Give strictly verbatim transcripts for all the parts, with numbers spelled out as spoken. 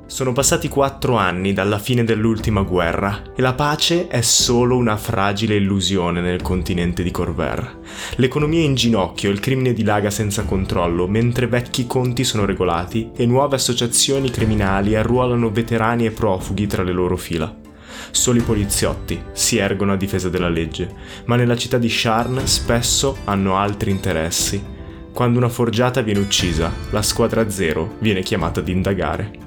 Sono passati quattro anni dalla fine dell'ultima guerra e la pace è solo una fragile illusione nel continente di Khorvaire. L'economia è in ginocchio e il crimine dilaga senza controllo, mentre vecchi conti sono regolati e nuove associazioni criminali arruolano veterani e profughi tra le loro fila. Solo i poliziotti si ergono a difesa della legge, ma nella città di Sharn spesso hanno altri interessi. Quando una forgiata viene uccisa, la squadra zero viene chiamata ad indagare.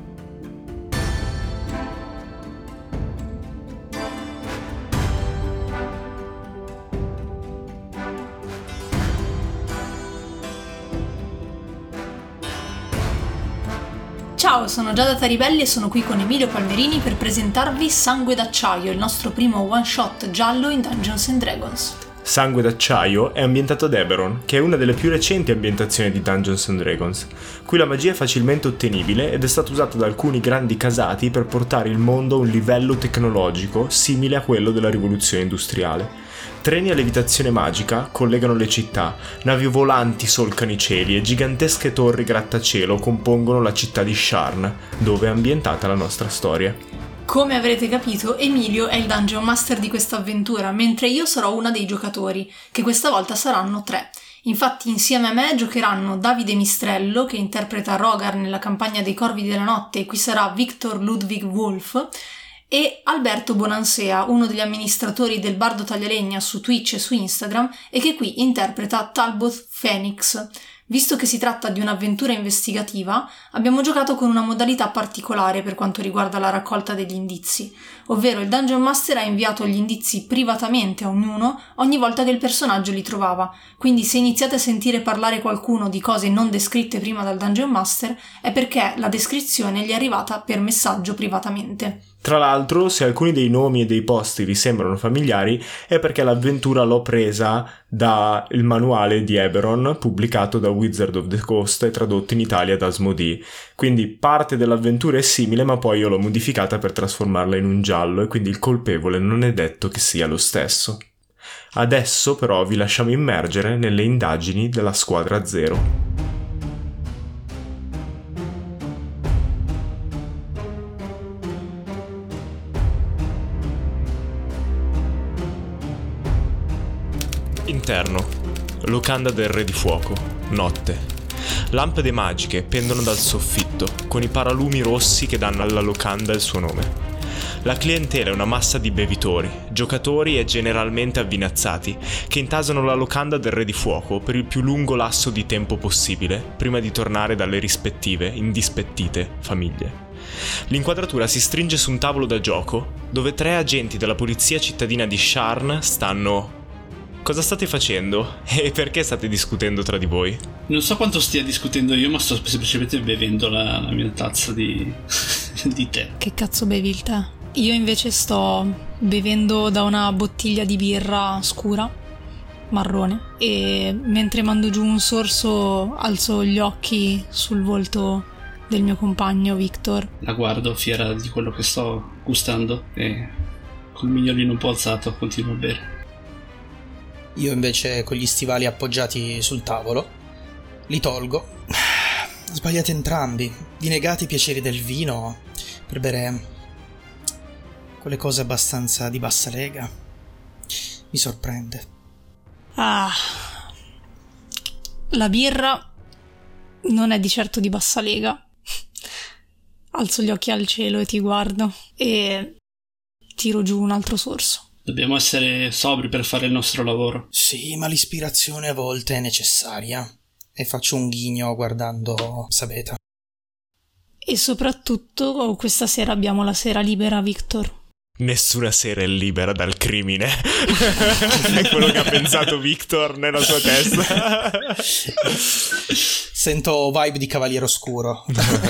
Ciao, sono Giada Taribelli e sono qui con Emilio Palmerini per presentarvi Sangue d'acciaio, il nostro primo one shot giallo in Dungeons and Dragons. Sangue d'acciaio è ambientato ad Eberron, che è una delle più recenti ambientazioni di Dungeons and Dragons. Qui la magia è facilmente ottenibile ed è stata usata da alcuni grandi casati per portare il mondo a un livello tecnologico simile a quello della rivoluzione industriale. Treni a levitazione magica collegano le città, navi volanti solcano i cieli e gigantesche torri grattacielo compongono la città di Sharn, dove è ambientata la nostra storia. Come avrete capito, Emilio è il Dungeon Master di questa avventura, mentre io sarò una dei giocatori, che questa volta saranno tre. Infatti insieme a me giocheranno Davide Mistrello, che interpreta Rogar nella campagna dei Corvi della Notte, e qui sarà Victor Ludwig Wolf, e Alberto Bonansea, uno degli amministratori del Bardo Taglialegna su Twitch e su Instagram, e che qui interpreta Talbot Phoenix. Visto che si tratta di un'avventura investigativa, abbiamo giocato con una modalità particolare per quanto riguarda la raccolta degli indizi, ovvero il Dungeon Master ha inviato gli indizi privatamente a ognuno ogni volta che il personaggio li trovava, quindi se iniziate a sentire parlare qualcuno di cose non descritte prima dal Dungeon Master è perché la descrizione gli è arrivata per messaggio privatamente. Tra l'altro, se alcuni dei nomi e dei posti vi sembrano familiari, è perché l'avventura l'ho presa dal manuale di Eberron, pubblicato da Wizard of the Coast e tradotto in Italia da Asmodee. Quindi parte dell'avventura è simile, ma poi io l'ho modificata per trasformarla in un giallo, e quindi il colpevole non è detto che sia lo stesso. Adesso però vi lasciamo immergere nelle indagini della Squadra Zero. Interno. Locanda del Re di Fuoco. Notte. Lampade magiche pendono dal soffitto, con i paralumi rossi che danno alla locanda il suo nome. La clientela è una massa di bevitori, giocatori e generalmente avvinazzati, che intasano la locanda del Re di Fuoco per il più lungo lasso di tempo possibile, prima di tornare dalle rispettive, indispettite famiglie. L'inquadratura si stringe su un tavolo da gioco, dove tre agenti della polizia cittadina di Sharn stanno... Cosa state facendo? E perché state discutendo tra di voi? Non so quanto stia discutendo io, ma sto semplicemente bevendo la, la mia tazza di, di tè. Che cazzo bevi il tè? Io invece sto bevendo da una bottiglia di birra scura, marrone, e mentre mando giù un sorso alzo gli occhi sul volto del mio compagno Victor. La guardo fiera di quello che sto gustando e col mignolino un po' alzato continuo a bere. Io invece con gli stivali appoggiati sul tavolo li tolgo. Sbagliate entrambi. Vi negate i piaceri del vino per bere quelle cose abbastanza di bassa lega. Mi sorprende. Ah, la birra non è di certo di bassa lega. Alzo gli occhi al cielo e ti guardo e tiro giù un altro sorso. Dobbiamo essere sobri per fare il nostro lavoro. Sì, ma l'ispirazione a volte è necessaria. E faccio un ghigno guardando Sabeta. E soprattutto questa sera abbiamo la sera libera, Victor. Nessuna sera è libera dal crimine. È quello che ha pensato Victor nella sua testa. Sento vibe di Cavaliere Oscuro.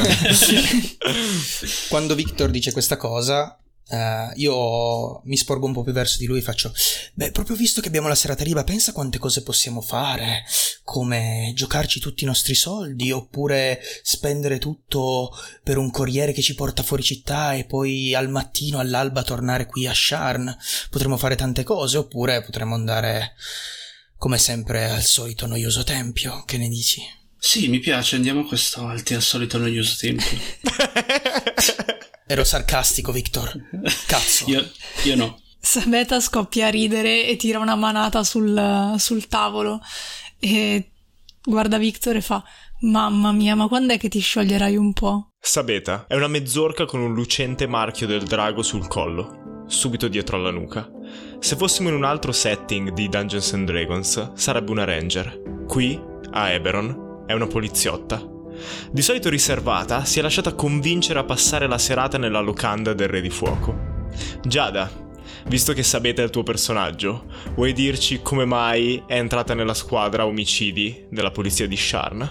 Quando Victor dice questa cosa... Uh, io mi sporgo un po' più verso di lui e faccio: beh, proprio visto che abbiamo la serata libera, pensa quante cose possiamo fare, come giocarci tutti i nostri soldi, oppure spendere tutto per un corriere che ci porta fuori città e poi al mattino, all'alba, tornare qui a Sharn. Potremmo fare tante cose, oppure potremmo andare come sempre al solito noioso tempio. Che ne dici? Sì, mi piace, andiamo a quest'alti al solito noioso tempio. Ero sarcastico, Victor. Cazzo. Io, io no. Sabeta scoppia a ridere e tira una manata sul, sul tavolo e guarda Victor e fa: mamma mia, ma quando è che ti scioglierai un po'? Sabeta è una mezzorca con un lucente marchio del drago sul collo, subito dietro alla nuca. Se fossimo in un altro setting di Dungeons and Dragons, sarebbe una ranger. Qui, a Eberron, è una poliziotta. Di solito riservata, si è lasciata convincere a passare la serata nella locanda del Re di Fuoco. Giada, visto che Sabeta è il tuo personaggio, vuoi dirci come mai è entrata nella squadra omicidi della polizia di Sharn?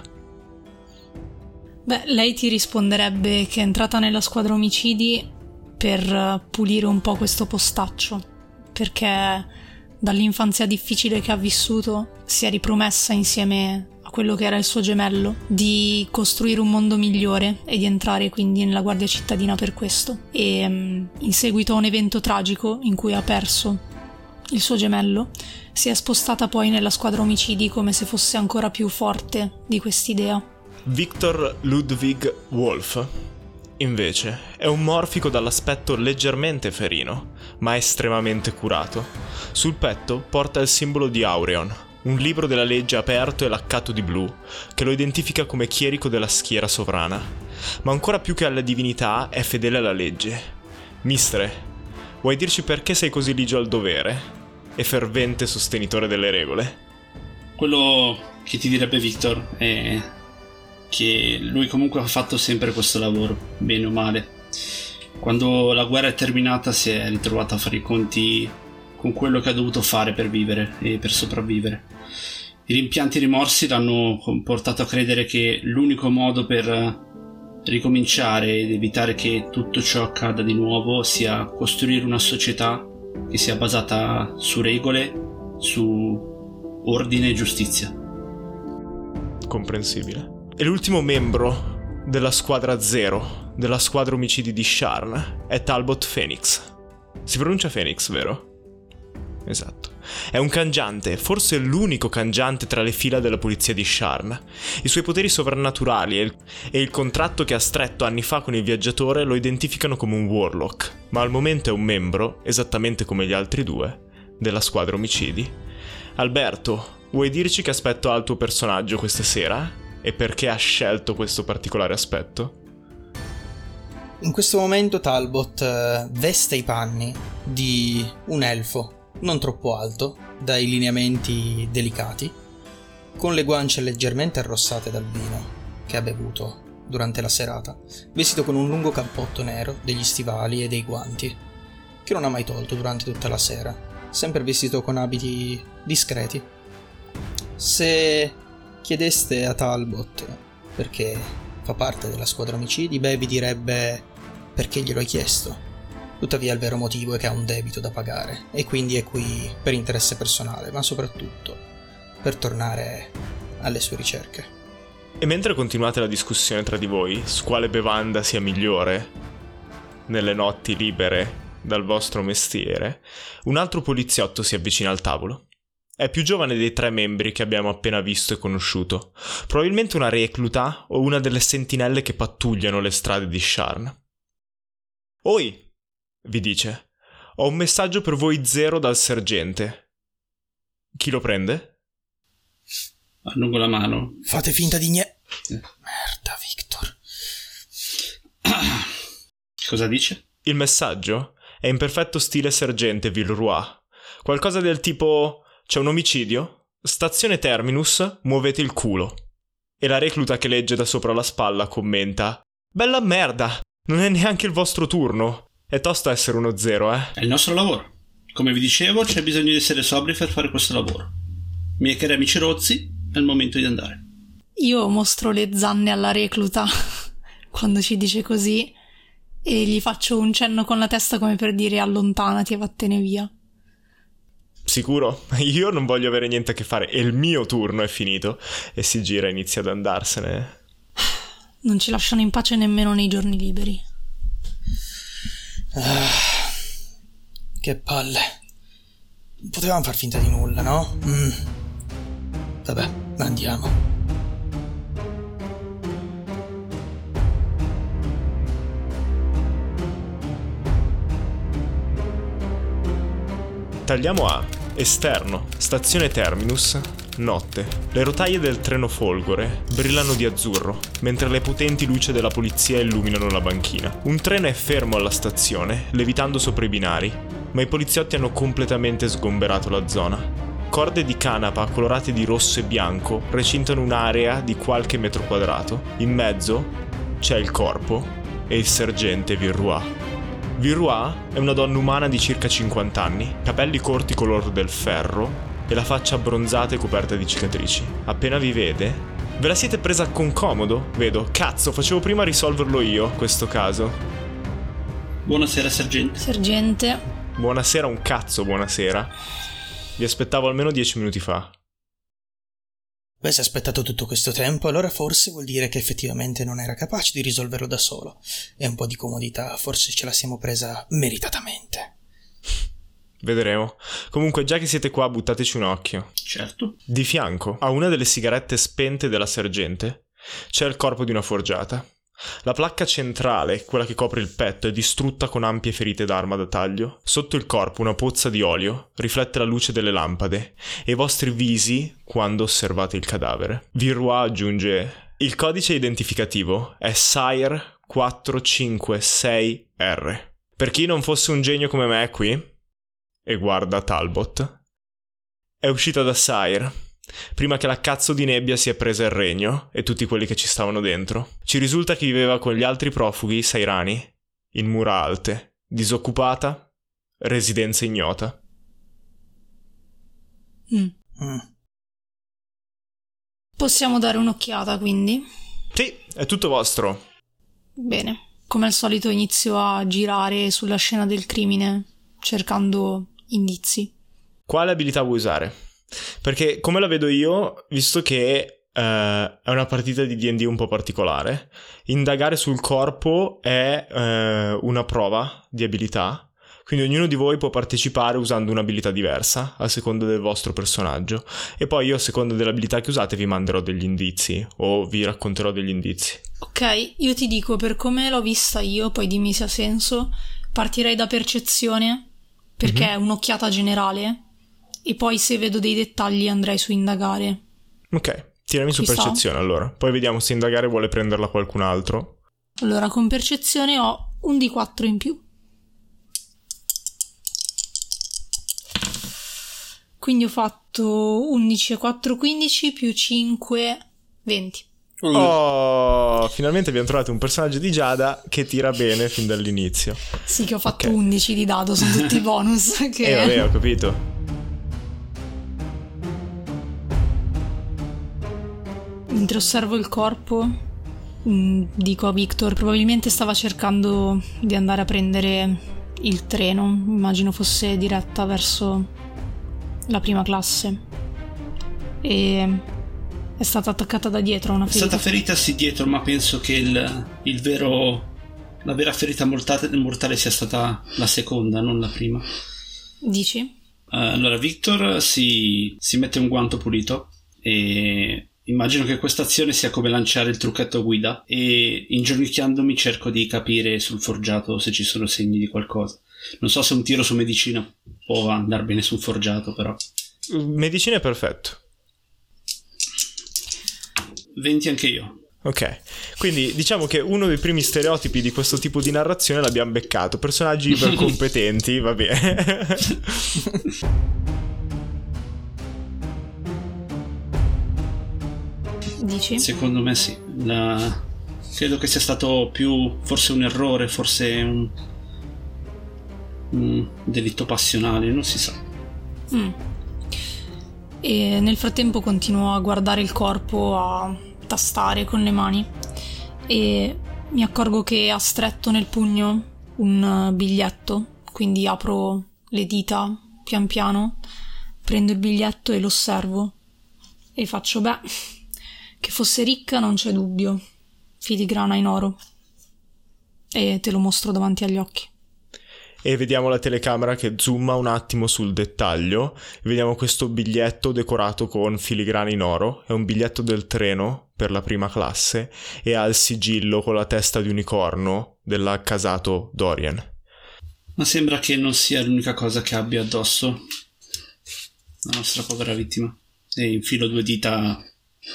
Beh, lei ti risponderebbe che è entrata nella squadra omicidi per pulire un po' questo postaccio, perché dall'infanzia difficile che ha vissuto si è ripromessa insieme a quello che era il suo gemello di costruire un mondo migliore e di entrare quindi nella guardia cittadina per questo. E in seguito a un evento tragico in cui ha perso il suo gemello, si è spostata poi nella squadra omicidi come se fosse ancora più forte di quest'idea. Victor Ludwig Wolf, invece, è un morfico dall'aspetto leggermente ferino, ma estremamente curato. Sul petto porta il simbolo di Aureon, un libro della legge aperto e laccato di blu, che lo identifica come chierico della schiera sovrana. Ma ancora più che alla divinità è fedele alla legge. Mistre, vuoi dirci perché sei così ligio al dovere e fervente sostenitore delle regole? Quello che ti direbbe Victor è che lui comunque ha fatto sempre questo lavoro, bene o male. Quando la guerra è terminata si è ritrovato a fare i conti con quello che ha dovuto fare per vivere e per sopravvivere. I rimpianti e i rimorsi l'hanno portato a credere che l'unico modo per ricominciare ed evitare che tutto ciò accada di nuovo sia costruire una società che sia basata su regole, su ordine e giustizia. Comprensibile. E l'ultimo membro della squadra zero, della squadra omicidi di Sharn, è Talbot Phoenix. Si pronuncia Phoenix, vero? Esatto. È un cangiante, forse l'unico cangiante tra le fila della polizia di Sharn. I suoi poteri sovrannaturali e il, e il contratto che ha stretto anni fa con il viaggiatore lo identificano come un warlock, ma al momento è un membro, esattamente come gli altri due, della squadra omicidi. Alberto, vuoi dirci che aspetto ha il tuo personaggio questa sera? E perché ha scelto questo particolare aspetto? In questo momento Talbot uh, veste i panni di un elfo, non troppo alto, dai lineamenti delicati, con le guance leggermente arrossate dal vino che ha bevuto durante la serata, vestito con un lungo cappotto nero, degli stivali e dei guanti, che non ha mai tolto durante tutta la sera, sempre vestito con abiti discreti. Se chiedeste a Talbot perché fa parte della squadra omicidi, beh, vi direbbe perché glielo hai chiesto. Tuttavia il vero motivo è che ha un debito da pagare e quindi è qui per interesse personale, ma soprattutto per tornare alle sue ricerche. E mentre continuate la discussione tra di voi su quale bevanda sia migliore nelle notti libere dal vostro mestiere, un altro poliziotto si avvicina al tavolo. È più giovane dei tre membri che abbiamo appena visto e conosciuto, probabilmente una recluta o una delle sentinelle che pattugliano le strade di Sharn. Oi, vi dice, ho un messaggio per voi zero dal sergente. Chi lo prende? Allungo la mano. Fate finta di nie... Merda, Victor. Cosa dice? Il messaggio è in perfetto stile sergente Villeroy. Qualcosa del tipo: c'è un omicidio? Stazione Terminus, muovete il culo. E la recluta che legge da sopra la spalla commenta: bella merda, non è neanche il vostro turno. È tosto essere uno zero, eh? È il nostro lavoro. Come vi dicevo, c'è bisogno di essere sobri per fare questo lavoro. Miei cari amici rozzi, è il momento di andare. Io mostro le zanne alla recluta quando ci dice così e gli faccio un cenno con la testa come per dire allontanati e vattene via. Sicuro? Io non voglio avere niente a che fare, e il mio turno è finito. E si gira e inizia ad andarsene. Non ci lasciano in pace nemmeno nei giorni liberi. Ah, che palle. Potevamo far finta di nulla, no? Mm. Vabbè, andiamo. Tagliamo a esterno, stazione terminus, notte. Le rotaie del treno Folgore brillano di azzurro, mentre le potenti luci della polizia illuminano la banchina. Un treno è fermo alla stazione, levitando sopra i binari, ma i poliziotti hanno completamente sgomberato la zona. Corde di canapa colorate di rosso e bianco recintano un'area di qualche metro quadrato. In mezzo c'è il corpo e il sergente Virrois. Virrois è una donna umana di circa cinquanta anni, capelli corti color del ferro e la faccia abbronzata e coperta di cicatrici. Appena vi vede, ve la siete presa con comodo? Vedo, cazzo, facevo prima a risolverlo io, questo caso. Buonasera, sergente. Sergente. Buonasera, un cazzo, buonasera. Vi aspettavo almeno dieci minuti fa. Beh, se ha aspettato tutto questo tempo, allora forse vuol dire che effettivamente non era capace di risolverlo da solo. E un po' di comodità forse ce la siamo presa meritatamente. Vedremo. Comunque, già che siete qua, buttateci un occhio. Certo. Di fianco, a una delle sigarette spente della sergente, c'è il corpo di una forgiata. La placca centrale, quella che copre il petto, è distrutta con ampie ferite d'arma da taglio. Sotto il corpo una pozza di olio riflette la luce delle lampade e i vostri visi quando osservate il cadavere. Virrois aggiunge: il codice identificativo è Sire quattro cinque sei R. Per chi non fosse un genio come me qui, e guarda Talbot, è uscita da Sire prima che la cazzo di nebbia sia presa il regno e tutti quelli che ci stavano dentro. Ci risulta che viveva con gli altri profughi sairani in mura alte, disoccupata, residenza ignota. Mm. Mm. Possiamo dare un'occhiata, quindi? Sì, è tutto vostro. Bene. Come al solito inizio a girare sulla scena del crimine, cercando indizi. Quale abilità vuoi usare? Perché come la vedo io, visto che uh, è una partita di D and D un po' particolare, indagare sul corpo è uh, una prova di abilità, quindi ognuno di voi può partecipare usando un'abilità diversa a seconda del vostro personaggio, e poi io a seconda dell'abilità che usate vi manderò degli indizi o vi racconterò degli indizi. Ok, io ti dico, per come l'ho vista io, poi dimmi se ha senso, partirei da percezione, perché mm-hmm. è un'occhiata generale. E poi se vedo dei dettagli andrei su indagare. Ok, tirami su percezione allora. Poi vediamo se indagare vuole prenderla qualcun altro. Allora, con percezione ho un D quattro in più. Quindi ho fatto undici e quattro, quindici più cinque, venti. Oh, finalmente abbiamo trovato un personaggio di Giada che tira bene fin dall'inizio. Sì, che ho fatto okay. undici di dado, sono tutti bonus. Che... Eh vabbè, ho capito. Mentre osservo il corpo, mh, dico a Victor, probabilmente stava cercando di andare a prendere il treno, immagino fosse diretta verso la prima classe, e è stata attaccata da dietro a una ferita. È stata ferita sì dietro, ma penso che il, il vero la vera ferita mortale, mortale sia stata la seconda, non la prima. Dici? Uh, allora Victor si, si mette un guanto pulito e immagino che questa azione sia come lanciare il trucchetto a guida, e inginocchiandomi cerco di capire sul forgiato se ci sono segni di qualcosa. Non so se un tiro su medicina può andare bene sul forgiato, però medicina è perfetto. venti anche io. Ok, quindi diciamo che uno dei primi stereotipi di questo tipo di narrazione l'abbiamo beccato. Personaggi ipercompetenti, va bene. Dici? Secondo me sì. La... Credo che sia stato più forse un errore, forse un, un delitto passionale, non si sa. Mm. E nel frattempo continuo a guardare il corpo, a tastare con le mani, e mi accorgo che ha stretto nel pugno un biglietto, quindi apro le dita pian piano, prendo il biglietto e lo osservo e faccio: beh, che fosse ricca non c'è dubbio, filigrana in oro, e te lo mostro davanti agli occhi. E vediamo la telecamera che zooma un attimo sul dettaglio. Vediamo questo biglietto decorato con filigrana in oro. È un biglietto del treno per la prima classe e ha il sigillo con la testa di unicorno dell'accasato Dorian. Ma sembra che non sia l'unica cosa che abbia addosso la nostra povera vittima. E infilo due dita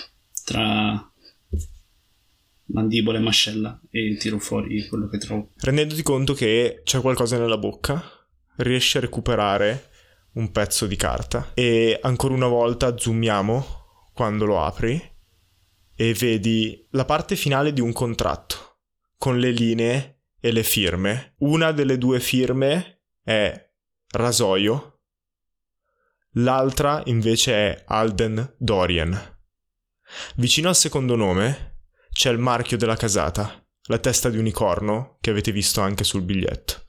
tra mandibola e mascella e tiro fuori quello che trovo. Rendendoti conto che c'è qualcosa nella bocca, riesci a recuperare un pezzo di carta e ancora una volta zoomiamo quando lo apri e vedi la parte finale di un contratto con le linee e le firme. Una delle due firme è Rasoio, l'altra invece è Alden Dorian. Vicino al secondo nome c'è il marchio della casata, la testa di unicorno che avete visto anche sul biglietto.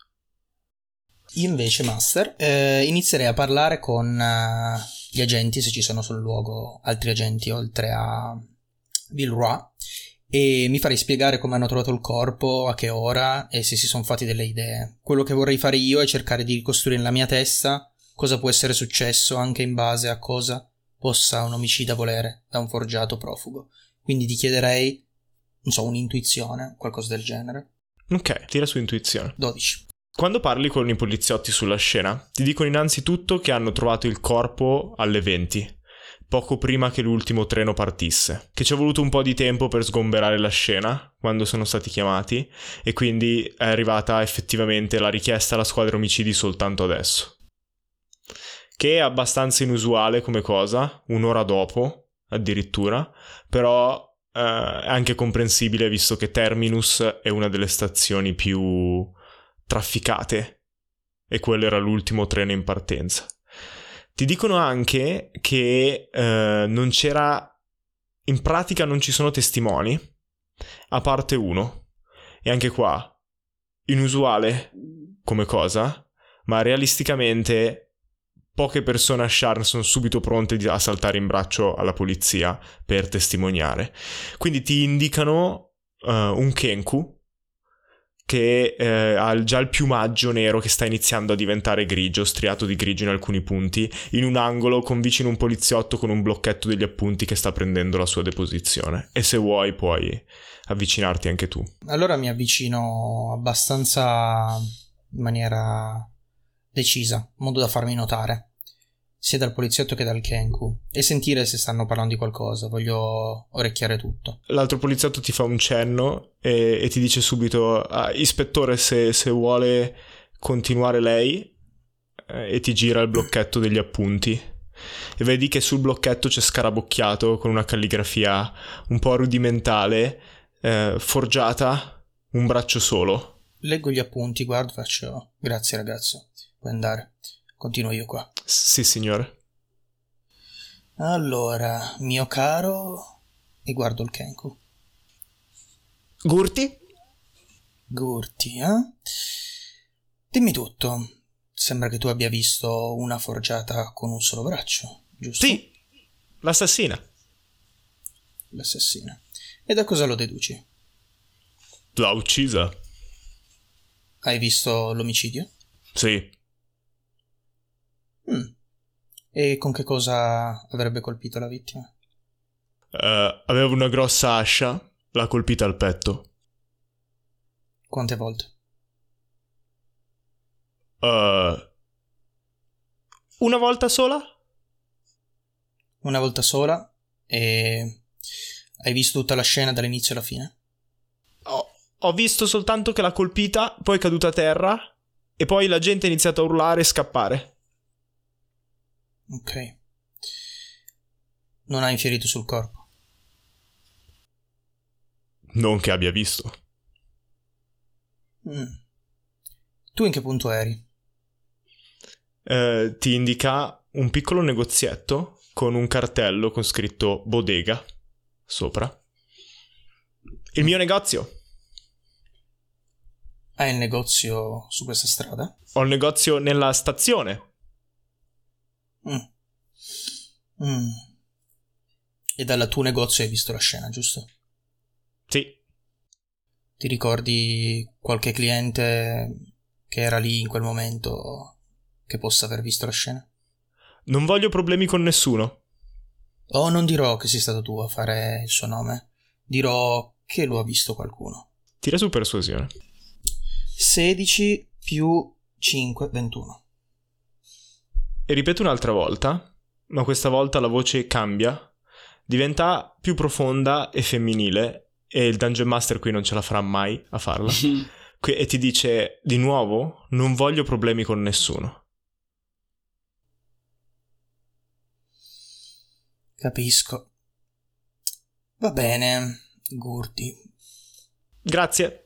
Io invece, Master, eh, inizierei a parlare con uh, gli agenti, se ci sono sul luogo altri agenti oltre a Villeroy, e mi farei spiegare come hanno trovato il corpo, a che ora e se si sono fatti delle idee. Quello che vorrei fare io è cercare di ricostruire nella mia testa cosa può essere successo anche in base a cosa possa un omicida volere da un forgiato profugo. Quindi ti chiederei, non so, un'intuizione, qualcosa del genere. Ok, tira su intuizione. dodici. Quando parli con i poliziotti sulla scena, ti dicono innanzitutto che hanno trovato il corpo alle venti, poco prima che l'ultimo treno partisse, che ci è voluto un po' di tempo per sgomberare la scena quando sono stati chiamati e quindi è arrivata effettivamente la richiesta alla squadra omicidi soltanto adesso. Che è abbastanza inusuale come cosa, un'ora dopo addirittura, però eh, è anche comprensibile visto che Terminus è una delle stazioni più trafficate e quello era l'ultimo treno in partenza. Ti dicono anche che eh, non c'era, in pratica non ci sono testimoni a parte uno, e anche qua inusuale come cosa, ma realisticamente poche persone a Sharn sono subito pronte a saltare in braccio alla polizia per testimoniare, quindi ti indicano uh, un Kenku che eh, ha già il piumaggio nero che sta iniziando a diventare grigio, striato di grigio in alcuni punti, in un angolo con vicino un poliziotto con un blocchetto degli appunti che sta prendendo la sua deposizione. E se vuoi puoi avvicinarti anche tu. Allora mi avvicino abbastanza in maniera decisa, in modo da farmi notare, sia dal poliziotto che dal Kenku, e sentire se stanno parlando di qualcosa. Voglio orecchiare tutto. L'altro poliziotto ti fa un cenno e, e ti dice subito ah, ispettore, se, se vuole continuare lei, eh, e ti gira il blocchetto degli appunti e vedi che sul blocchetto c'è scarabocchiato con una calligrafia un po' rudimentale, eh, forgiata un braccio solo. Leggo gli appunti, guardo, faccio grazie ragazzo, puoi andare. Continuo io qua. Sì, signore. Allora, mio caro... E guardo il Kenku. Gurti? Gurti, eh? Dimmi tutto. Sembra che tu abbia visto una forgiata con un solo braccio, giusto? Sì, l'assassina. L'assassina. E da cosa lo deduci? L'ha uccisa. Hai visto l'omicidio? Sì. Mm. E con che cosa avrebbe colpito la vittima? Uh, aveva una grossa ascia, l'ha colpita al petto. Quante volte? Uh, una volta sola? Una volta sola? E hai visto tutta la scena dall'inizio alla fine? Ho, ho visto soltanto che l'ha colpita, poi è caduta a terra e poi la gente ha iniziato a urlare e scappare. Ok. Non ha infierito sul corpo? Non che abbia visto. Mm. Tu in che punto eri? Eh, ti indica un piccolo negozietto con un cartello con scritto bodega sopra. Il mio negozio. Hai il negozio su questa strada? Ho il negozio nella stazione. Mm. Mm. E dal tuo negozio hai visto la scena, giusto? Sì. Ti ricordi qualche cliente che era lì in quel momento che possa aver visto la scena? Non voglio problemi con nessuno. Oh, non dirò che sei stato tu a fare il suo nome. Dirò che lo ha visto qualcuno. Tira su persuasione. sedici più cinque, ventuno. E ripeto un'altra volta, ma questa volta la voce cambia, diventa più profonda e femminile, e il Dungeon Master qui non ce la farà mai a farla. E ti dice di nuovo: non voglio problemi con nessuno. Capisco. Va bene, Gurti. Grazie.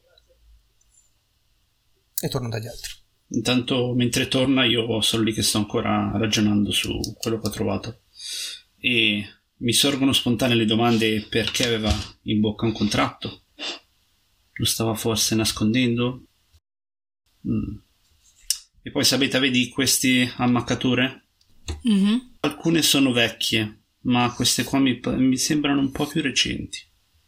E torno dagli altri. Intanto, mentre torna, io sono lì che sto ancora ragionando su quello che ho trovato. E mi sorgono spontanee le domande: perché aveva in bocca un contratto? Lo stava forse nascondendo? Mm. E poi sapete, vedi queste ammaccature? Mm-hmm. Alcune sono vecchie, ma queste qua mi, mi sembrano un po' più recenti.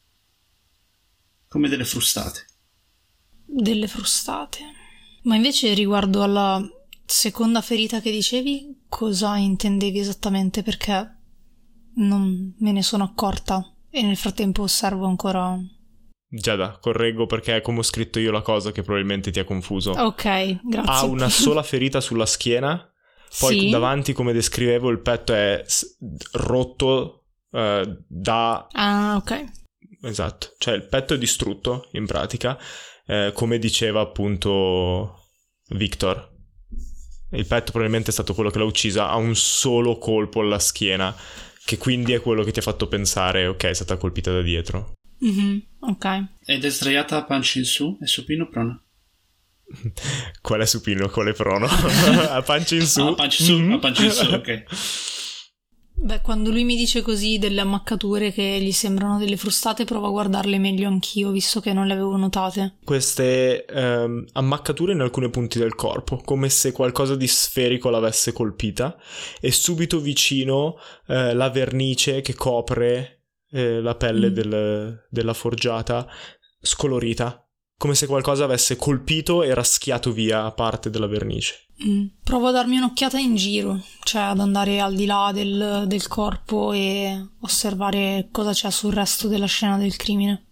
Come delle frustate. Delle frustate. Ma invece riguardo alla seconda ferita che dicevi, cosa intendevi esattamente? Perché non me ne sono accorta e nel frattempo osservo ancora... Giada, correggo perché è come ho scritto io la cosa che probabilmente ti ha confuso. Ok, grazie. Ha una sola ferita sulla schiena, poi sì. Davanti, come descrivevo, il petto è rotto eh, da... Ah, ok. Esatto, cioè il petto è distrutto in pratica, eh, come diceva appunto Victor. Il petto probabilmente è stato quello che l'ha uccisa, ha un solo colpo alla schiena, che quindi è quello che ti ha fatto pensare: ok, è stata colpita da dietro. Mm-hmm, ok. Ed è sdraiata a pancia in su? È supino o prona? Qual è supino, qual è prono? A pancia in su. Ah, a pancia in su, mm-hmm. a pancia in su, ok. Beh, quando lui mi dice così delle ammaccature che gli sembrano delle frustate, provo a guardarle meglio anch'io, visto che non le avevo notate. Queste ehm, ammaccature in alcuni punti del corpo, come se qualcosa di sferico l'avesse colpita, e subito vicino eh, la vernice che copre eh, la pelle mm. del, della forgiata, scolorita, come se qualcosa avesse colpito e raschiato via parte della vernice. Mm. Provo a darmi un'occhiata in giro, cioè ad andare al di là del, del corpo e osservare cosa c'è sul resto della scena del crimine.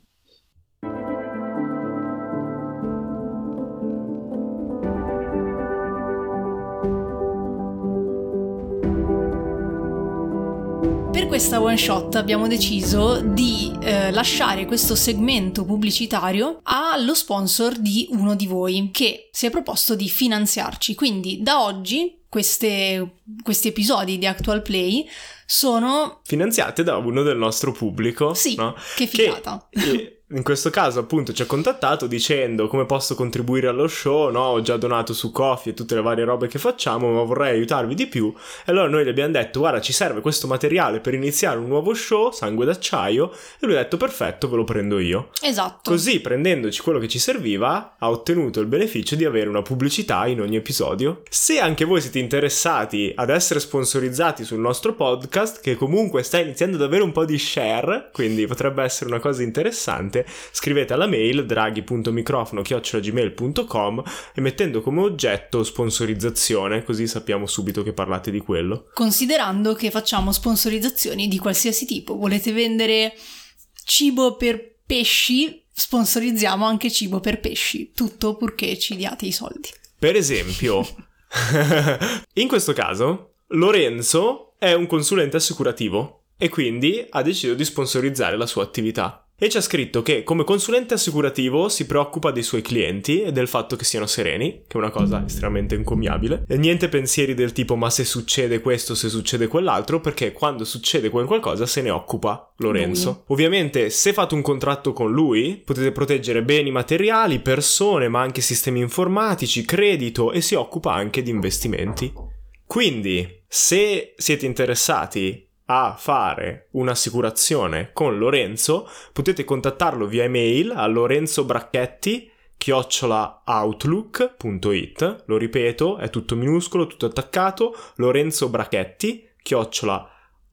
Per questa one shot abbiamo deciso di eh, lasciare questo segmento pubblicitario allo sponsor di uno di voi, che si è proposto di finanziarci. Quindi da oggi queste, questi episodi di Actual Play sono finanziate da uno del nostro pubblico. Sì, no? che figata. Che in questo caso appunto ci ha contattato dicendo: come posso contribuire allo show, no? Ho già donato su Ko-fi e tutte le varie robe che facciamo, ma vorrei aiutarvi di più. E allora noi gli abbiamo detto: guarda, ci serve questo materiale per iniziare un nuovo show, Sangue d'acciaio. E lui ha detto: perfetto, ve lo prendo io. Esatto. Così, prendendoci quello che ci serviva, ha ottenuto il beneficio di avere una pubblicità in ogni episodio. Se anche voi siete interessati ad essere sponsorizzati sul nostro podcast, che comunque sta iniziando ad avere un po' di share, quindi potrebbe essere una cosa interessante, scrivete alla mail draghi punto microfono chiocciola gmail punto com e mettendo come oggetto sponsorizzazione, così sappiamo subito che parlate di quello. Considerando che facciamo sponsorizzazioni di qualsiasi tipo, volete vendere cibo per pesci, sponsorizziamo anche cibo per pesci, tutto purché ci diate i soldi. Per esempio, in questo caso Lorenzo è un consulente assicurativo e quindi ha deciso di sponsorizzare la sua attività. E ci ha scritto che come consulente assicurativo si preoccupa dei suoi clienti e del fatto che siano sereni, che è una cosa estremamente encomiabile. E niente pensieri del tipo: ma se succede questo, se succede quell'altro, perché quando succede quel qualcosa se ne occupa Lorenzo. Lui. Ovviamente, se fate un contratto con lui, potete proteggere beni materiali, persone, ma anche sistemi informatici, credito, e si occupa anche di investimenti. Quindi, se siete interessati a fare un'assicurazione con Lorenzo, potete contattarlo via email a lorenzobracchetti chiocciola outlook punto it. Lo ripeto, è tutto minuscolo, tutto attaccato: lorenzobracchetti chiocciola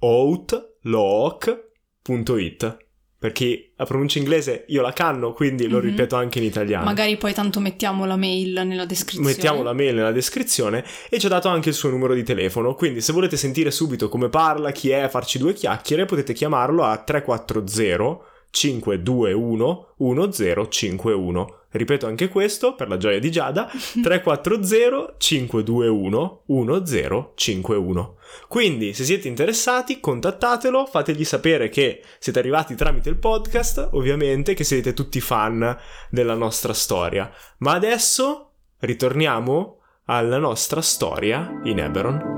outlook punto it. Perché la pronuncia inglese io la canno, quindi lo mm-hmm. ripeto anche in italiano. Magari poi tanto mettiamo la mail nella descrizione. Mettiamo la mail nella descrizione e ci ha dato anche il suo numero di telefono, quindi se volete sentire subito come parla, chi è, farci due chiacchiere, potete chiamarlo a tre quattro zero cinque due uno uno zero cinque uno. Ripeto anche questo per la gioia di Giada: tre quattro zero cinque due uno uno zero cinque uno. Quindi se siete interessati contattatelo, fategli sapere che siete arrivati tramite il podcast, ovviamente, che siete tutti fan della nostra storia. Ma adesso ritorniamo alla nostra storia in Eberron.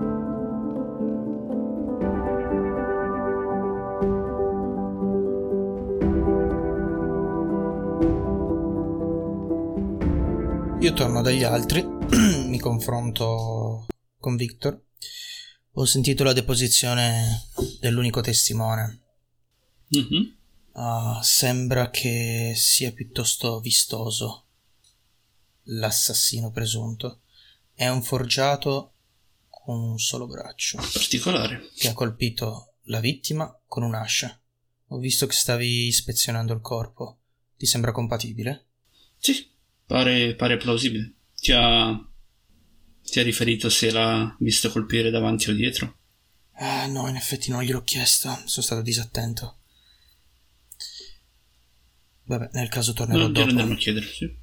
Io torno dagli altri, mi confronto con Victor. Ho sentito la deposizione dell'unico testimone. Mm-hmm. Uh, sembra che sia piuttosto vistoso l'assassino presunto. È un forgiato con un solo braccio. Particolare. Che ha colpito la vittima con un'ascia. Ho visto che stavi ispezionando il corpo. Ti sembra compatibile? Sì, pare, pare plausibile. Ti ha... Ti ha riferito se l'ha visto colpire davanti o dietro? Ah, no, in effetti non gliel'ho chiesto. Sono stato disattento. Vabbè, nel caso tornerò no, dopo. Non andiamo a chiedere, sì.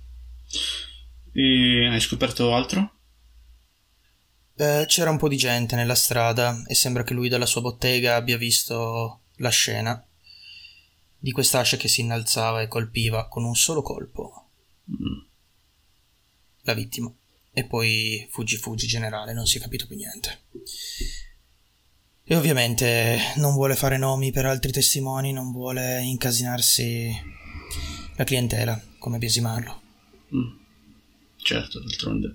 E hai scoperto altro? Eh, c'era un po' di gente nella strada e sembra che lui dalla sua bottega abbia visto la scena di quest'ascia che si innalzava e colpiva con un solo colpo mm. la vittima. E poi fuggi fuggi generale, non si è capito più niente. E ovviamente non vuole fare nomi per altri testimoni, non vuole incasinarsi la clientela, come biasimarlo. Mm. Certo, d'altronde.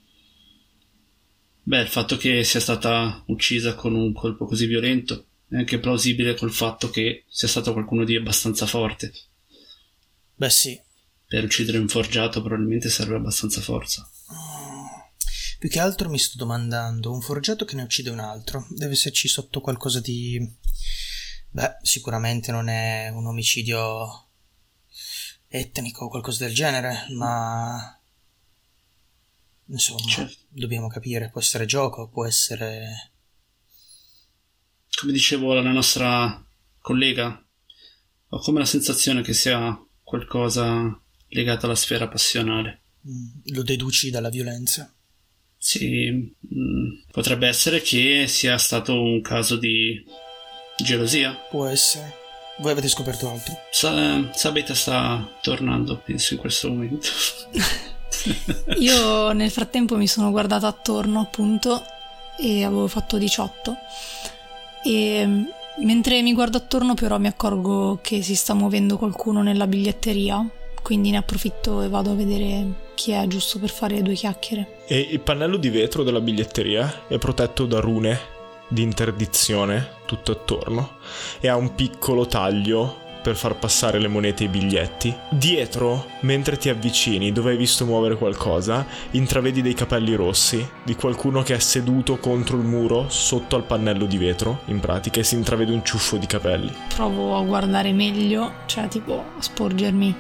Beh, il fatto che sia stata uccisa con un colpo così violento è anche plausibile col fatto che sia stato qualcuno di abbastanza forte. Beh sì. Per uccidere un forgiato probabilmente serve abbastanza forza. Più che altro mi sto domandando, un forgiato che ne uccide un altro, deve esserci sotto qualcosa di... Beh, sicuramente non è un omicidio etnico o qualcosa del genere, ma... Insomma, certo. Dobbiamo capire, può essere gioco, può essere... Come dicevo alla nostra collega, ho come la sensazione che sia qualcosa legato alla sfera passionale. Mm, lo deduci dalla violenza? Sì, mh, potrebbe essere che sia stato un caso di gelosia. Può essere. Voi avete scoperto altro? Sa- Sabeta sta tornando, penso, in questo momento. Io nel frattempo mi sono guardata attorno, appunto, e avevo fatto diciotto. E mentre mi guardo attorno però mi accorgo che si sta muovendo qualcuno nella biglietteria, quindi ne approfitto e vado a vedere chi è, giusto per fare due chiacchiere. E il pannello di vetro della biglietteria è protetto da rune di interdizione tutto attorno e ha un piccolo taglio per far passare le monete e i biglietti. Dietro, mentre ti avvicini, dove hai visto muovere qualcosa, intravedi dei capelli rossi di qualcuno che è seduto contro il muro sotto al pannello di vetro, in pratica, e si intravede un ciuffo di capelli. Provo a guardare meglio, cioè tipo a sporgermi.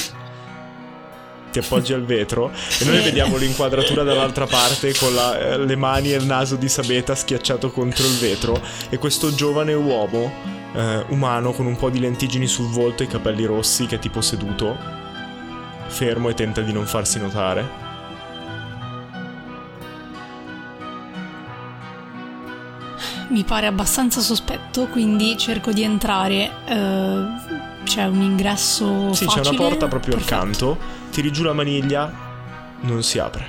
Ti appoggi al vetro e noi vediamo l'inquadratura dall'altra parte con la, le mani e il naso di Sabeta schiacciato contro il vetro e questo giovane uomo eh, umano con un po' di lentiggini sul volto e i capelli rossi che è tipo seduto, fermo e tenta di non farsi notare. Mi pare abbastanza sospetto, quindi cerco di entrare. Eh, c'è un ingresso sì, facile. C'è una porta proprio Perfetto. accanto. Tiri giù la maniglia, non si apre.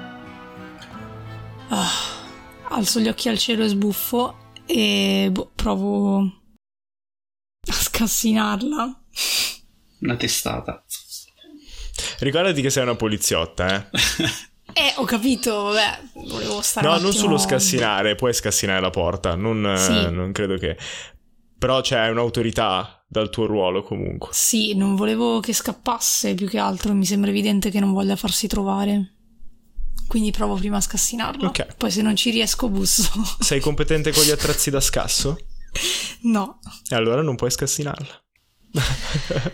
Ah, alzo gli occhi al cielo e sbuffo e boh, provo a scassinarla. Una testata. Ricordati che sei una poliziotta, eh. Eh, ho capito, vabbè, volevo stare No, un non attimo... solo scassinare, puoi scassinare la porta, non, Sì. eh, non credo che... Però c'è un'autorità dal tuo ruolo comunque. Sì, non volevo che scappasse, più che altro mi sembra evidente che non voglia farsi trovare. Quindi provo prima a scassinarla. Ok. Poi se non ci riesco busso. Sei competente con gli attrezzi da scasso? No. E allora non puoi scassinarla.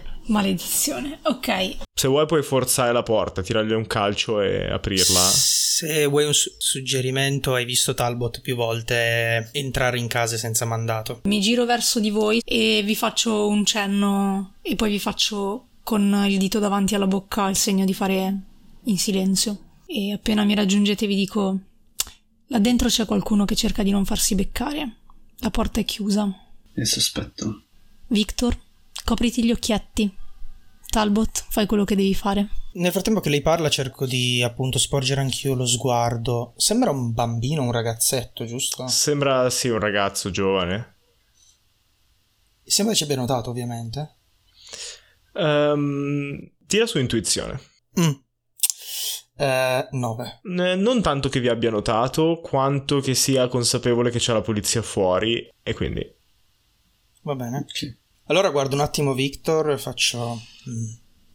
Maledizione. Ok. Se vuoi puoi forzare la porta, tirargli un calcio e aprirla. Se vuoi un su- suggerimento, hai visto Talbot più volte entrare in case senza mandato. Mi giro verso di voi e vi faccio un cenno e poi vi faccio con il dito davanti alla bocca il segno di fare in silenzio. E appena mi raggiungete vi dico: là dentro c'è qualcuno che cerca di non farsi beccare. La porta è chiusa. È sospetto. Victor, copriti gli occhietti. Talbot, fai quello che devi fare. Nel frattempo che lei parla cerco di appunto sporgere anch'io lo sguardo. Sembra un bambino, un ragazzetto, giusto? Sembra sì un ragazzo giovane. Sembra ci abbia notato, ovviamente. Um, tira su intuizione. Mm. Eh, nove. Eh, non tanto che vi abbia notato, quanto che sia consapevole che c'è la polizia fuori, e quindi... Va bene. Okay. Allora guardo un attimo Victor e faccio... Mm.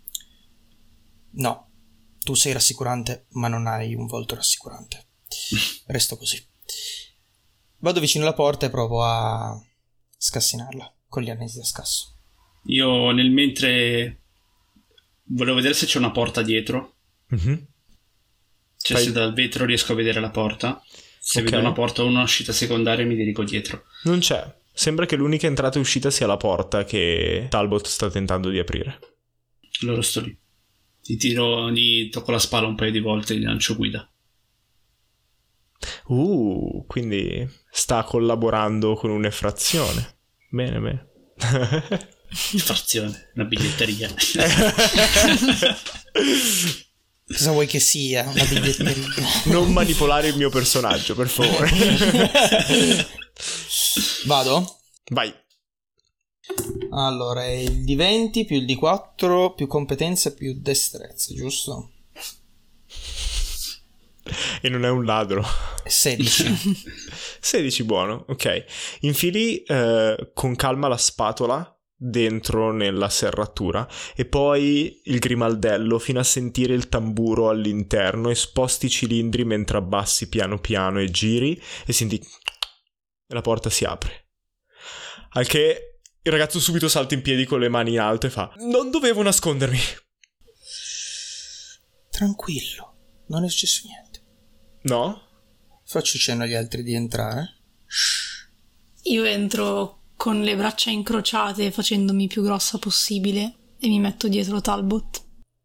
No, tu sei rassicurante, ma non hai un volto rassicurante. Resto così. Vado vicino alla porta e provo a scassinarla con gli annesi a scasso. Io nel mentre volevo vedere se c'è una porta dietro. Mm-hmm. Cioè Fai... se dal vetro riesco a vedere la porta. Se okay. vedo una porta o un'uscita secondaria mi dirigo dietro. Non c'è. Sembra che l'unica entrata e uscita sia la porta che Talbot sta tentando di aprire. Allora sto lì. Gli tiro, gli tocco la spalla un paio di volte e gli lancio guida. Uh, quindi sta collaborando con un'effrazione. Bene, bene. Effrazione, una biglietteria. Cosa vuoi che sia? Una biglietteria. Non manipolare il mio personaggio, per favore. Vado? Vai. Allora, è il di venti più il di quattro più competenza più destrezza, giusto? E non è un ladro. sedici. sedici, buono, ok. Infili eh, con calma la spatola dentro nella serratura e poi il grimaldello fino a sentire il tamburo all'interno e sposti i cilindri mentre abbassi piano piano e giri e senti e la porta si apre. Al che il ragazzo subito salta in piedi con le mani in alto e fa: non dovevo nascondermi. Tranquillo, non è successo niente. No? Faccio cenno agli altri di entrare. Shh. Io entro con le braccia incrociate facendomi più grossa possibile e mi metto dietro Talbot.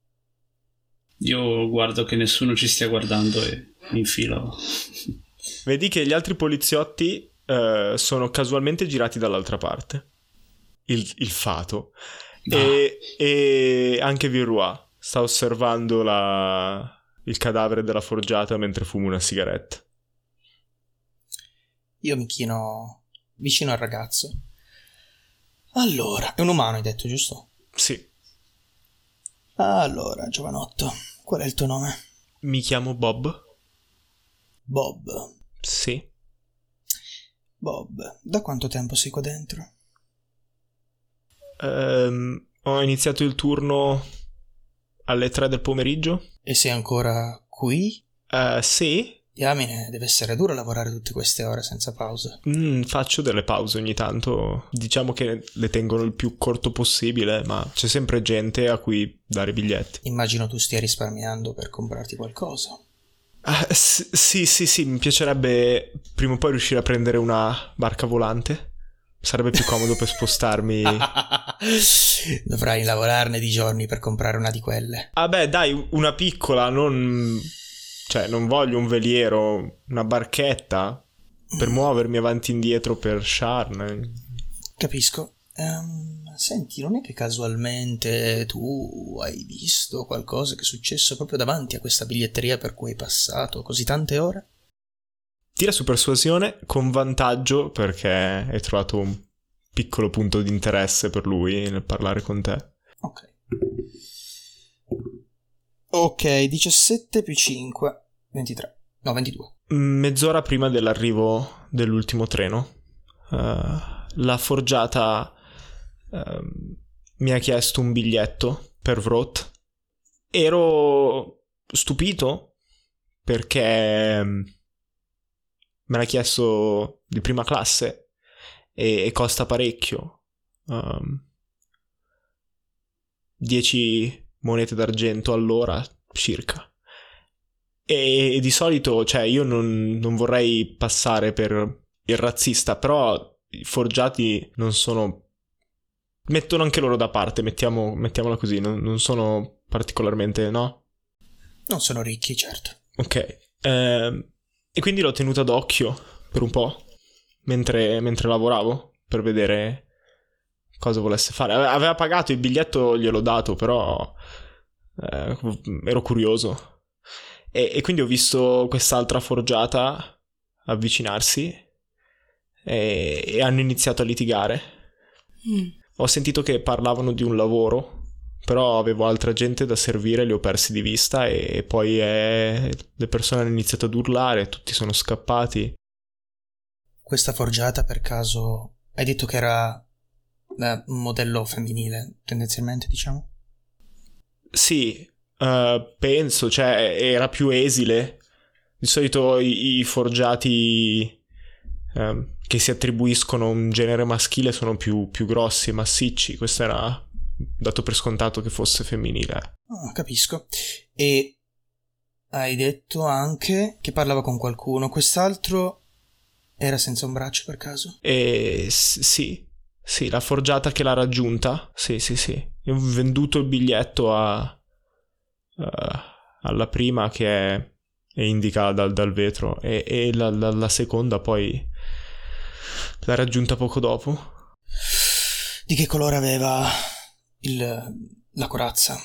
Io guardo che nessuno ci stia guardando e mi infilo. Vedi che gli altri poliziotti eh, sono casualmente girati dall'altra parte. Il, il fato. Ah. E, e anche Villeroy sta osservando la, il cadavere della forgiata mentre fuma una sigaretta. Io mi chino vicino al ragazzo. Allora, è un umano, hai detto, giusto? Sì. Allora, giovanotto, qual è il tuo nome? Mi chiamo Bob. Bob. Sì. Bob, da quanto tempo sei qua dentro? Um, ho iniziato il turno alle tre del pomeriggio. E sei ancora qui? Uh, sì. Diamine, deve essere duro lavorare tutte queste ore senza pausa. Mm, faccio delle pause ogni tanto. Diciamo che le tengono il più corto possibile, ma c'è sempre gente a cui dare biglietti. Immagino tu stia risparmiando per comprarti qualcosa. Uh, s- sì, sì, sì, mi piacerebbe prima o poi riuscire a prendere una barca volante. Sarebbe più comodo per spostarmi. Dovrai lavorarne di giorni per comprare una di quelle. Ah beh, dai, una piccola, non... Cioè, non voglio un veliero, una barchetta per muovermi avanti e indietro per Sharn. Capisco. Um, senti, non è che casualmente tu hai visto qualcosa che è successo proprio davanti a questa biglietteria per cui hai passato così tante ore? Tira su persuasione con vantaggio perché hai trovato un piccolo punto di interesse per lui nel parlare con te. Ok. Ok, diciassette più cinque, ventitré. No, ventidue. Mezz'ora prima dell'arrivo dell'ultimo treno, uh, la forgiata uh, mi ha chiesto un biglietto per Vrot. Ero stupito perché me l'ha chiesto di prima classe e, e costa parecchio. Um, dieci monete d'argento all'ora circa. E, e di solito, cioè, io non, non vorrei passare per il razzista, però i forgiati non sono... mettono anche loro da parte, mettiamo, mettiamola così, non, non sono particolarmente, no? Non sono ricchi, certo. Ok, eh, e quindi l'ho tenuta d'occhio per un po', mentre, mentre lavoravo, per vedere cosa volesse fare. Aveva pagato il biglietto, gliel'ho dato, però eh, ero curioso. E, e quindi ho visto quest'altra forgiata avvicinarsi e, e hanno iniziato a litigare. Mm. Ho sentito che parlavano di un lavoro, però avevo altra gente da servire, li ho persi di vista e poi è... le persone hanno iniziato ad urlare, tutti sono scappati. Questa forgiata per caso hai detto che era eh, un modello femminile, tendenzialmente, diciamo? Sì, uh, penso, cioè era più esile. Di solito i, i forgiati um, che si attribuiscono un genere maschile sono più, più grossi, massicci. Questo era dato per scontato che fosse femminile. Oh, capisco. E hai detto anche che parlava con qualcuno. Quest'altro era senza un braccio per caso? E s- sì, sì, la forgiata che l'ha raggiunta. Sì, sì, sì. Io ho venduto il biglietto a, uh, alla prima che è, è indica dal, dal vetro e, e la, la, la seconda poi l'ha raggiunta poco dopo. Di che colore aveva il, la corazza?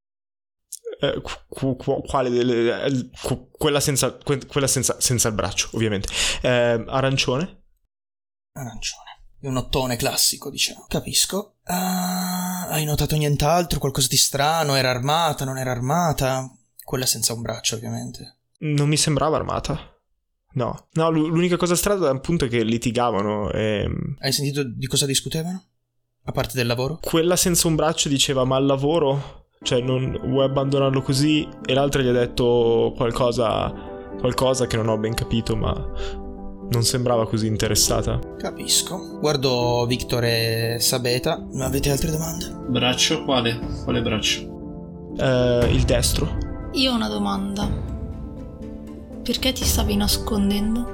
Eh, qu- qu- quale delle qu- quella senza que- quella senza, senza il braccio, ovviamente. Eh, arancione. Arancione. È un ottone classico, diciamo. Capisco. Ah, hai notato nient'altro? Qualcosa di strano? Era armata? Non era armata? Quella senza un braccio, ovviamente. Non mi sembrava armata. No, no, l- l'unica cosa strana appunto è che litigavano e... Hai sentito di cosa discutevano? A parte del lavoro? Quella senza un braccio diceva ma al lavoro, cioè non vuoi abbandonarlo così, e l'altra gli ha detto qualcosa qualcosa che non ho ben capito, ma non sembrava così interessata. Capisco. Guardo Victor e Sabeta. Ma avete altre domande? Braccio? Quale? Quale braccio? Eh, il destro. Io ho una domanda. Perché ti stavi nascondendo?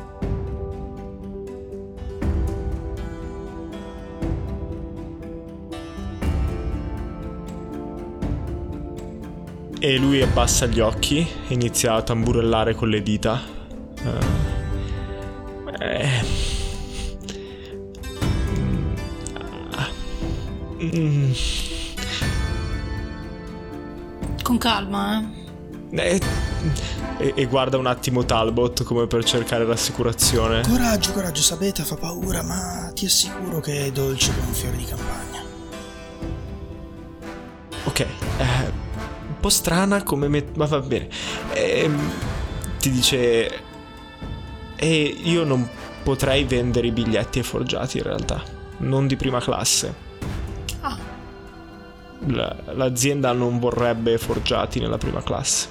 E lui abbassa gli occhi e inizia a tamburellare con le dita. Uh, eh. mm. Con calma, eh. Eh, e, e guarda un attimo Talbot come per cercare rassicurazione. Coraggio, coraggio, Sabeta fa paura, ma ti assicuro che è dolce come un fiore di campagna. Ok, eh, un po' strana come me- ma va bene. Eh, ti dice e io non potrei vendere i biglietti ai forgiati in realtà, non di prima classe. Ah. La, l'azienda non vorrebbe forgiati nella prima classe.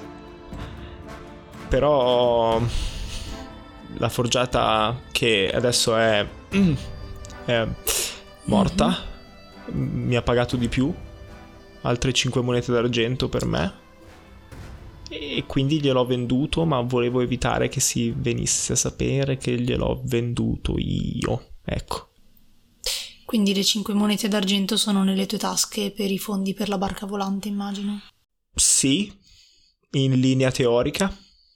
Però la forgiata che adesso è, mm, è morta, mm-hmm. mi ha pagato di più, altre cinque monete d'argento per me, e quindi gliel'ho venduto, ma volevo evitare che si venisse a sapere che gliel'ho venduto io, ecco. Quindi le cinque monete d'argento sono nelle tue tasche per i fondi per la barca volante, immagino? Sì, in linea teorica.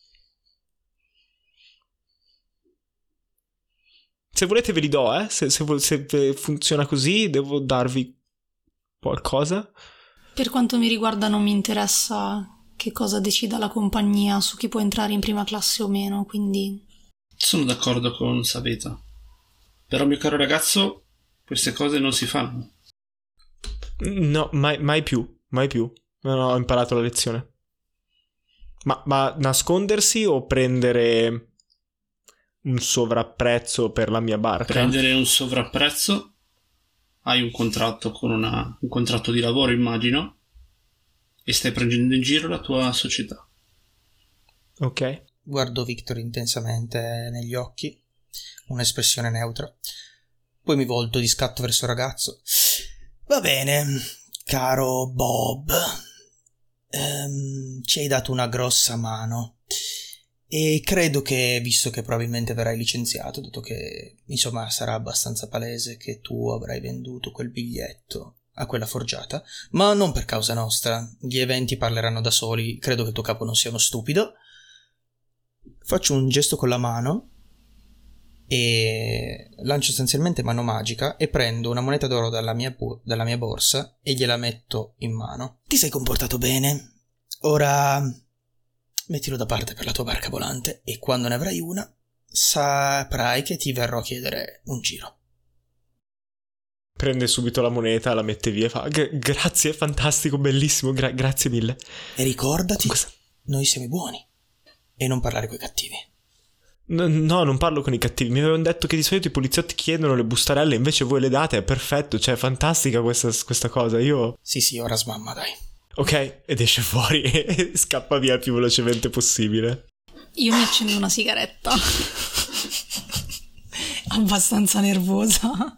Se volete ve li do, eh. Se, se, se funziona così, devo darvi qualcosa. Per quanto mi riguarda non mi interessa che cosa decida la compagnia su chi può entrare in prima classe o meno, quindi... Sono d'accordo con Sabeta. Però, mio caro ragazzo, queste cose non si fanno. No, mai, mai più, mai più. Non ho imparato la lezione. Ma, ma nascondersi o prendere un sovrapprezzo per la mia barca? Prendere un sovrapprezzo? Hai un contratto con una, un contratto di lavoro, immagino, e stai prendendo in giro la tua società. Ok. Guardo Victor intensamente negli occhi, un'espressione neutra. Poi mi volto di scatto verso il ragazzo. Va bene, caro Bob. Ehm, ci hai dato una grossa mano. E credo che, visto che probabilmente verrai licenziato, dato che insomma sarà abbastanza palese che tu avrai venduto quel biglietto a quella forgiata, ma non per causa nostra, gli eventi parleranno da soli, credo che il tuo capo non sia uno stupido. Faccio un gesto con la mano e lancio essenzialmente mano magica e prendo una moneta d'oro dalla mia, bu- dalla mia borsa e gliela metto in mano. Ti sei comportato bene, ora mettilo da parte per la tua barca volante e quando ne avrai una saprai che ti verrò a chiedere un giro. Prende subito la moneta, la mette via e fa "G- grazie, fantastico, bellissimo, gra- grazie mille". E ricordati, Cosa? noi siamo i buoni e non parlare coi cattivi. No, no, non parlo con i cattivi. Mi avevano detto che di solito i poliziotti chiedono le bustarelle, invece voi le date, è perfetto, cioè è fantastica questa, questa cosa. Io... Sì, sì, ora smamma, dai. Ok, ed esce fuori e scappa via il più velocemente possibile. Io mi accendo una sigaretta. Abbastanza nervosa.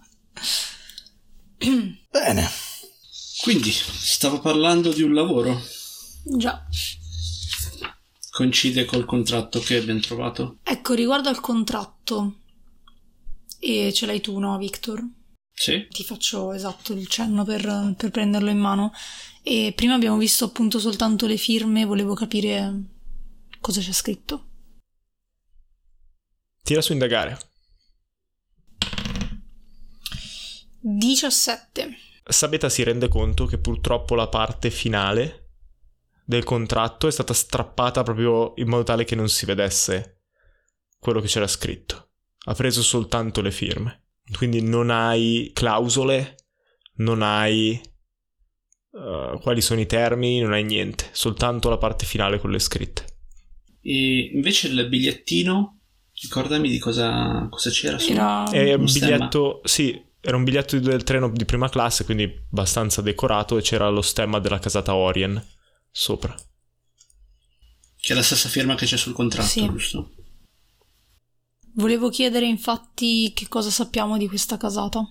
Bene. Quindi, stavo parlando di un lavoro. Già. Coincide col contratto che abbiamo trovato? Ecco, riguardo al contratto, e ce l'hai tu, no, Victor? Sì. Ti faccio esatto il cenno per, per prenderlo in mano. E prima abbiamo visto appunto soltanto le firme, volevo capire cosa c'è scritto. Tira su indagare. diciassette. Sabeta si rende conto che purtroppo la parte finale del contratto è stata strappata proprio in modo tale che non si vedesse quello che c'era scritto. Ha preso soltanto le firme. Quindi non hai clausole, non hai uh, quali sono i termini, non hai niente. Soltanto la parte finale con le scritte. E invece il bigliettino, ricordami di cosa, cosa c'era su. Era È un stemma. biglietto, sì, era un biglietto del treno di prima classe, quindi abbastanza decorato, e c'era lo stemma della casata Orien sopra. Che è la stessa firma che c'è sul contratto, Sì. giusto? Volevo chiedere infatti che cosa sappiamo di questa casata.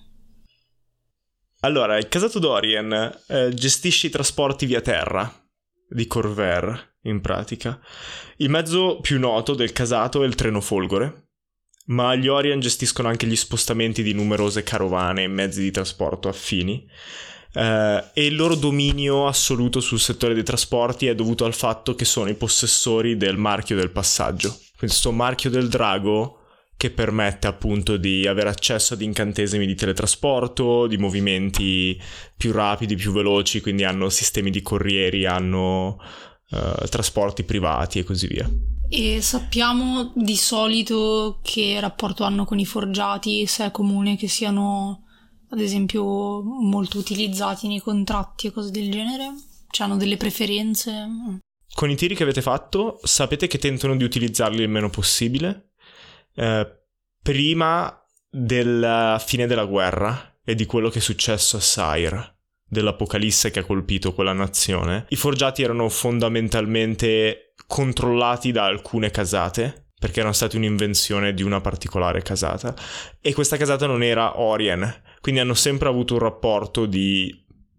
Allora, il casato d'Orien eh, gestisce i trasporti via terra di Corvair, in pratica. Il mezzo più noto del casato è il treno Folgore, ma gli Orien gestiscono anche gli spostamenti di numerose carovane e mezzi di trasporto affini. Uh, e il loro dominio assoluto sul settore dei trasporti è dovuto al fatto che sono i possessori del marchio del passaggio. Questo marchio del drago che permette appunto di avere accesso ad incantesimi di teletrasporto, di movimenti più rapidi, più veloci, quindi hanno sistemi di corrieri, hanno uh, trasporti privati e così via. E sappiamo di solito che rapporto hanno con i forgiati, se è comune che siano ad esempio molto utilizzati nei contratti e cose del genere? Cioè hanno delle preferenze? Con i tiri che avete fatto sapete che tentano di utilizzarli il meno possibile. Eh, prima della fine della guerra e di quello che è successo a Sire, dell'apocalisse che ha colpito quella nazione, i forgiati erano fondamentalmente controllati da alcune casate, perché erano stati un'invenzione di una particolare casata, e questa casata non era Orien, quindi hanno sempre avuto un rapporto di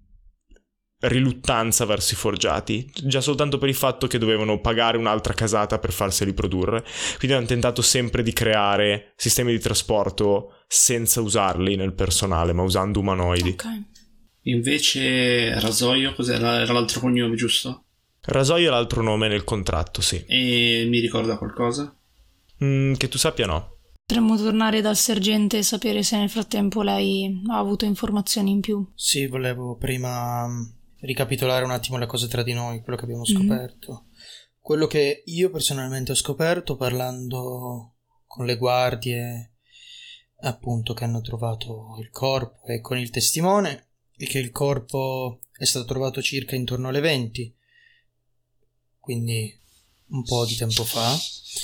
riluttanza verso i forgiati, già soltanto per il fatto che dovevano pagare un'altra casata per farseli produrre. Quindi hanno tentato sempre di creare sistemi di trasporto senza usarli nel personale, ma usando umanoidi. Ok. Invece Rasoio, cos'era? Era l'altro cognome, giusto? Rasoio è l'altro nome nel contratto, sì. E mi ricorda qualcosa? Mm, che tu sappia no. Potremmo tornare dal sergente e sapere se nel frattempo lei ha avuto informazioni in più. Sì, volevo prima ricapitolare un attimo le cose tra di noi, quello che abbiamo scoperto. Mm-hmm. Quello che io personalmente ho scoperto parlando con le guardie, appunto, che hanno trovato il corpo, e con il testimone, è che il corpo è stato trovato circa intorno alle venti, quindi un po' di tempo fa,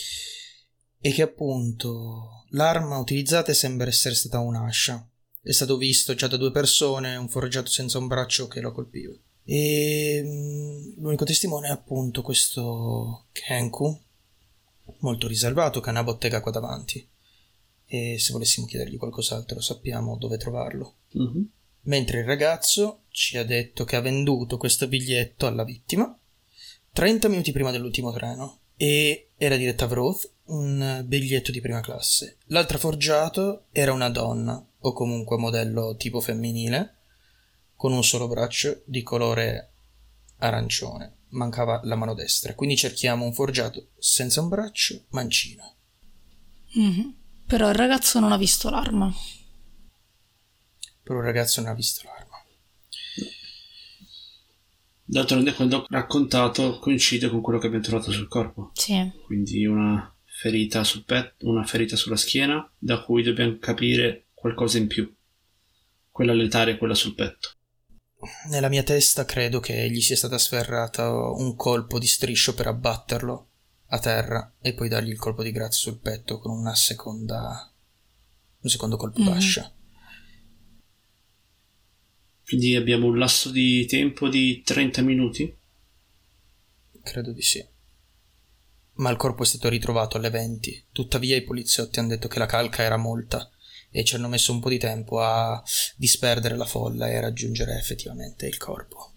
e che appunto l'arma utilizzata sembra essere stata un'ascia. È stato visto già da due persone un forgiato senza un braccio che lo colpiva. E l'unico testimone è appunto questo Kenku, molto riservato, che ha una bottega qua davanti, e se volessimo chiedergli qualcos'altro sappiamo dove trovarlo. Mm-hmm. Mentre il ragazzo ci ha detto che ha venduto questo biglietto alla vittima trenta minuti prima dell'ultimo treno, e era di Retta Vroth, un biglietto di prima classe. L'altra forgiato era una donna, o comunque modello tipo femminile, con un solo braccio di colore arancione. Mancava la mano destra, quindi cerchiamo un forgiato senza un braccio, mancino. Mm-hmm. Però il ragazzo non ha visto l'arma. Però il ragazzo non ha visto l'arma. D'altronde quello che ho raccontato coincide con quello che abbiamo trovato sul corpo. Sì. Quindi una ferita sul petto, una ferita sulla schiena, da cui dobbiamo capire qualcosa in più. Quella letale e quella sul petto. Nella mia testa credo che gli sia stata sferrata un colpo di striscio per abbatterlo a terra e poi dargli il colpo di grazia sul petto con una seconda un secondo colpo Mm-hmm. d'ascia. Quindi abbiamo un lasso di tempo di trenta minuti? Credo di sì. Ma il corpo è stato ritrovato alle venti. Tuttavia i poliziotti hanno detto che la calca era molta e ci hanno messo un po' di tempo a disperdere la folla e a raggiungere effettivamente il corpo.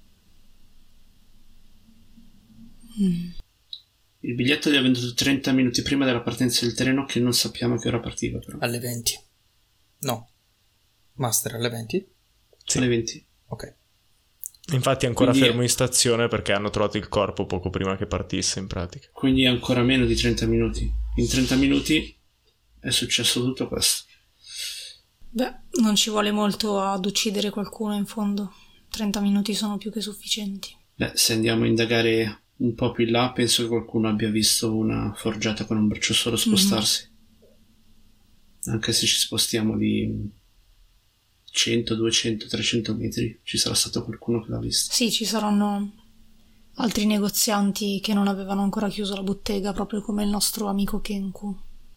Mm. Il biglietto li ha venduto trenta minuti prima della partenza del treno, che non sappiamo a che ora partiva però. Alle venti. No. Master, alle venti? Sì. Alle venti. Ok. Infatti è ancora Quindi fermo è... in stazione perché hanno trovato il corpo poco prima che partisse, in pratica. Quindi ancora meno di trenta minuti. In trenta minuti è successo tutto questo. Beh, non ci vuole molto ad uccidere qualcuno in fondo. trenta minuti sono più che sufficienti. Beh, se andiamo a indagare un po' più in là, penso che qualcuno abbia visto una forgiata con un braccio solo spostarsi. Mm-hmm. Anche se ci spostiamo di cento, duecento, trecento metri, ci sarà stato qualcuno che l'ha visto. Sì, ci saranno altri negozianti che non avevano ancora chiuso la bottega, proprio come il nostro amico Kenku.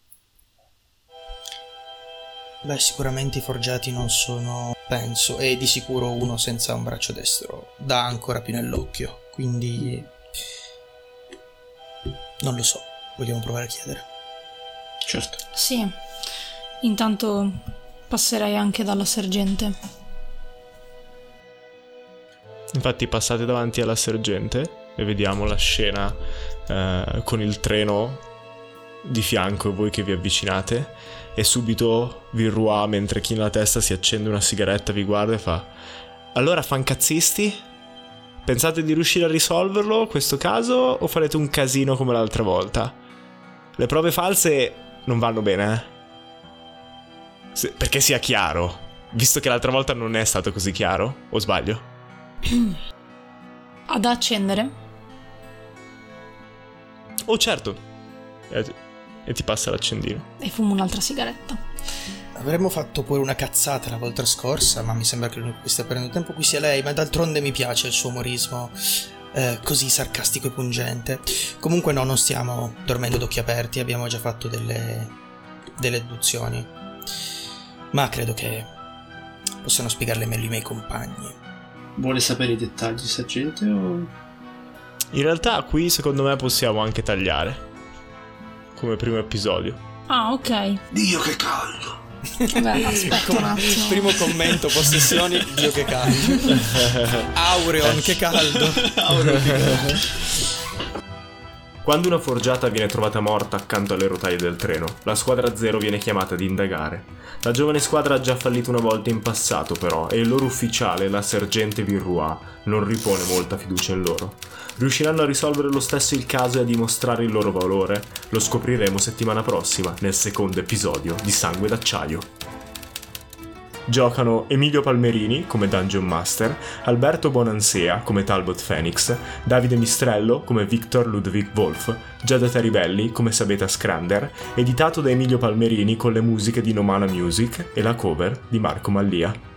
Beh, sicuramente i forgiati non sono, penso, e di sicuro uno senza un braccio destro dà ancora più nell'occhio, quindi non lo so, vogliamo provare a chiedere? Certo. Sì, intanto passerei anche dalla sergente. Infatti passate davanti alla sergente e vediamo la scena eh, con il treno di fianco e voi che vi avvicinate, e subito Virrua, mentre china la testa, si accende una sigaretta, vi guarda e fa: allora fancazzisti? Pensate di riuscire a risolverlo questo caso o farete un casino come l'altra volta? Le prove false non vanno bene, eh? Se, perché sia chiaro, visto che l'altra volta non è stato così chiaro, o sbaglio? Ad accendere? Oh certo. E, e ti passa l'accendino. E fumo un'altra sigaretta. Avremmo fatto pure una cazzata la volta scorsa, ma mi sembra che l'unico che sta perdendo tempo qui sia lei, ma d'altronde mi piace il suo umorismo eh, così sarcastico e pungente. Comunque no, non stiamo dormendo d'occhi aperti, abbiamo già fatto delle, delle deduzioni, ma credo che possano spiegarle meglio i miei compagni. Vuole sapere i dettagli, sergente, o... In realtà qui secondo me possiamo anche tagliare come primo episodio. Ah, ok. Dio che caldo! Beh, aspetta un attimo. Primo commento, possessioni, Dio che caldo. Aureon, che caldo. Aureon, che caldo. Quando una forgiata viene trovata morta accanto alle rotaie del treno, la squadra zero viene chiamata ad indagare. La giovane squadra ha già fallito una volta in passato però, e il loro ufficiale, la sergente Virrua, non ripone molta fiducia in loro. Riusciranno a risolvere lo stesso il caso e a dimostrare il loro valore? Lo scopriremo settimana prossima, nel secondo episodio di Sangue d'Acciaio. Giocano Emilio Palmerini come Dungeon Master, Alberto Bonansea come Talbot Phoenix, Davide Mistrello come Victor Ludwig Wolf, Giada Taribelli come Sabeta Scrander, editato da Emilio Palmerini con le musiche di Nomana Music e la cover di Marco Mallia.